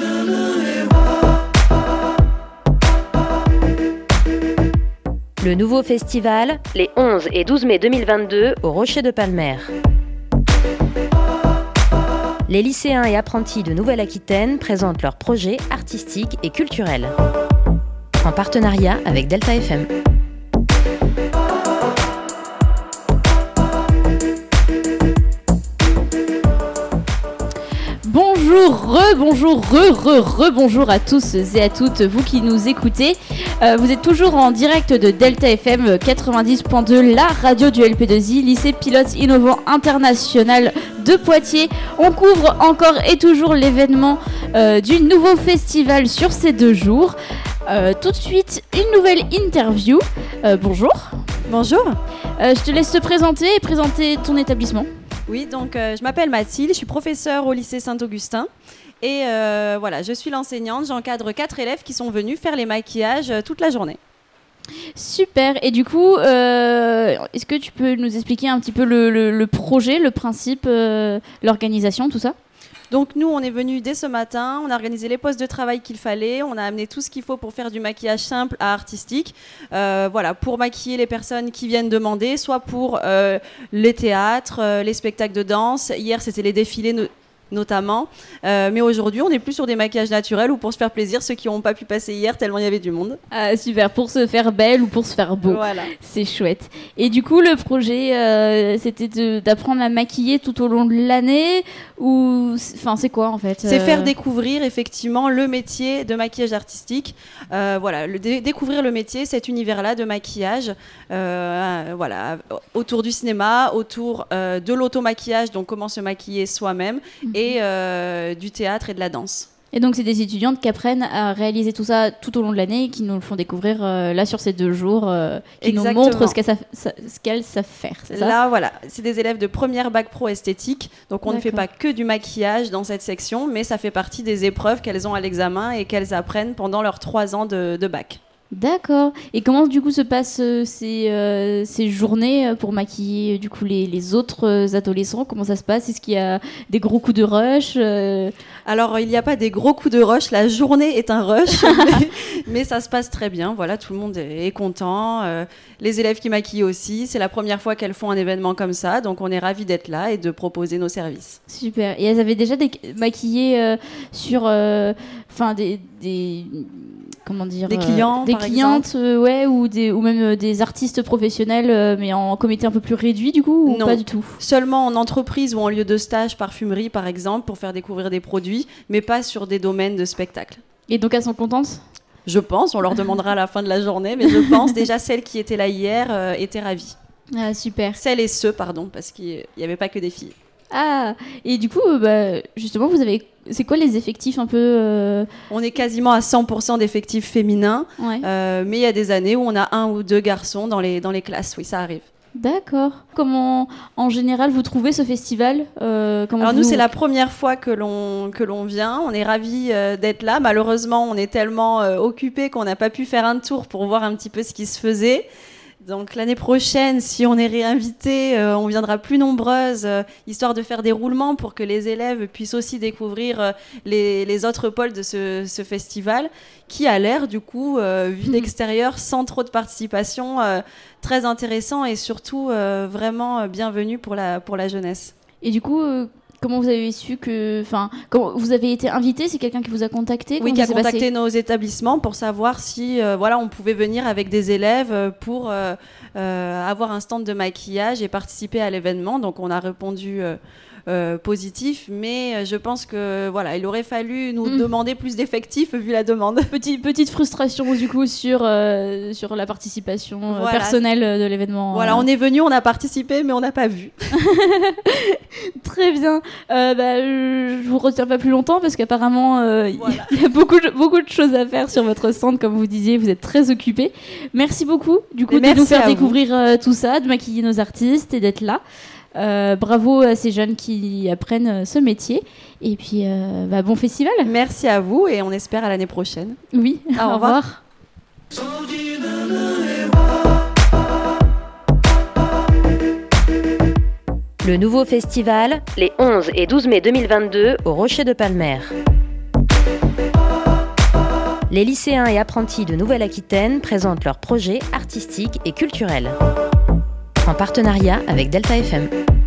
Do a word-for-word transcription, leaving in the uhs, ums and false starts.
Le nouveau festival, les onze et douze mai deux mille vingt-deux, au Rocher de Palmer. Les lycéens et apprentis de Nouvelle-Aquitaine présentent leurs projets artistiques et culturels. En partenariat avec Delta F M. Bonjour, re-bonjour, re-re-re-bonjour à tous et à toutes, vous qui nous écoutez. Euh, vous êtes toujours en direct de Delta F M quatre-vingt-dix point deux, la radio du L P deux I, lycée pilote innovant international de Poitiers. On couvre encore et toujours l'événement euh, du nouveau festival sur ces deux jours. Euh, tout de suite, une nouvelle interview. Euh, bonjour. Bonjour. Euh, je te laisse te présenter et présenter ton établissement. Oui, donc euh, je m'appelle Mathilde, je suis professeure au lycée Saint-Augustin et euh, voilà, je suis l'enseignante, j'encadre quatre élèves qui sont venus faire les maquillages euh, toute la journée. Super, et du coup, euh, est-ce que tu peux nous expliquer un petit peu le, le, le projet, le principe, euh, l'organisation, tout ça ? Donc nous, on est venus dès ce matin, on a organisé les postes de travail qu'il fallait, on a amené tout ce qu'il faut pour faire du maquillage simple à artistique, euh, voilà, pour maquiller les personnes qui viennent demander, soit pour euh, les théâtres, euh, les spectacles de danse. Hier, c'était les défilés no- notamment, euh, mais aujourd'hui, on n'est plus sur des maquillages naturels ou pour se faire plaisir, ceux qui n'ont pas pu passer hier tellement il y avait du monde. Ah, super, pour se faire belle ou pour se faire beau. Voilà. C'est chouette. Et du coup, le projet, euh, c'était de, d'apprendre à maquiller tout au long de l'année ou... Enfin, c'est quoi en fait ? C'est euh... faire découvrir effectivement le métier de maquillage artistique. Euh, voilà, le dé- découvrir le métier, cet univers-là de maquillage, euh, voilà, autour du cinéma, autour euh, de l'automaquillage, donc comment se maquiller soi-même, mm-hmm. et euh, du théâtre et de la danse. Et donc, c'est des étudiantes qui apprennent à réaliser tout ça tout au long de l'année et qui nous le font découvrir euh, là sur ces deux jours, euh, qui Exactement. nous montrent ce qu'elles, savent, ce qu'elles savent faire, c'est ça ? Là, voilà, c'est des élèves de première bac pro esthétique, donc on D'accord. ne fait pas que du maquillage dans cette section, mais ça fait partie des épreuves qu'elles ont à l'examen et qu'elles apprennent pendant leurs trois ans de, de bac. D'accord. Et comment du coup se passent euh, ces, euh, ces journées pour maquiller du coup les, les autres euh, adolescents ? Comment ça se passe ? Est-ce qu'il y a des gros coups de rush euh... Alors il n'y a pas des gros coups de rush, la journée est un rush, mais, mais ça se passe très bien. Voilà, tout le monde est, est content. Euh, les élèves qui maquillent aussi, c'est la première fois qu'elles font un événement comme ça, donc on est ravis d'être là et de proposer nos services. Super. Et elles avaient déjà des, maquillé euh, sur, enfin euh, des, des comment dire, des clients, euh, des par clientes, euh, ouais, ou des ou même euh, des artistes professionnels, euh, mais en comité un peu plus réduit du coup, ou non, pas du tout. Seulement en entreprise ou en lieu de stage, parfumerie par exemple, pour faire découvrir des produits, mais pas sur des domaines de spectacle. Et donc elles sont contentes ? Je pense, on leur demandera à la fin de la journée, mais je pense déjà celles qui étaient là hier euh, étaient ravies. Ah super. Celles et ceux, pardon, parce qu'il n'y avait pas que des filles. Ah, et du coup, euh, bah, justement, vous avez... C'est quoi les effectifs un peu euh... On est quasiment à cent pour cent d'effectifs féminins, ouais. euh, mais il y a des années où on a un ou deux garçons dans les, dans les classes, oui, ça arrive. D'accord. Comment, en général, vous trouvez ce festival euh, comment Alors vous... nous, c'est la première fois que l'on, que l'on vient. On est ravis euh, d'être là. Malheureusement, on est tellement euh, occupés qu'on n'a pas pu faire un tour pour voir un petit peu ce qui se faisait. Donc l'année prochaine, si on est réinvité, euh, on viendra plus nombreuses, euh, histoire de faire des roulements pour que les élèves puissent aussi découvrir euh, les, les autres pôles de ce, ce festival, qui a l'air, du coup, euh, vu d'extérieur, sans trop de participation, euh, très intéressant et surtout euh, vraiment bienvenu pour la, pour la jeunesse. Et du coup... Euh... Comment vous avez su que... Enfin, quand vous avez été invité, c'est quelqu'un qui vous a contacté ? Oui, qui a contacté passé nos établissements pour savoir si euh, voilà, on pouvait venir avec des élèves pour euh, euh, avoir un stand de maquillage et participer à l'événement. Donc, on a répondu... Euh, Euh, positif, mais je pense que voilà, il aurait fallu nous mmh. demander plus d'effectifs vu la demande. Petit, petite frustration du coup sur, euh, sur la participation voilà. personnelle de l'événement. Voilà, on est venu, on a participé, mais on n'a pas vu. Très bien. Euh, bah, je vous retiens pas plus longtemps parce qu'apparemment euh, voilà. il y a beaucoup de, beaucoup de choses à faire sur votre stand, comme vous disiez, vous êtes très occupés. Merci beaucoup du coup et de nous faire découvrir euh, tout ça, de maquiller nos artistes et d'être là. Euh, bravo à ces jeunes qui apprennent ce métier et puis euh, bah, bon festival. Merci à vous et on espère à l'année prochaine. Oui, au, au revoir, revoir. Le nouveau festival, les onze et douze mai deux mille vingt-deux, au Rocher de Palmer. Les lycéens et apprentis de Nouvelle-Aquitaine présentent leurs projets artistiques et culturels. En partenariat avec Delta F M.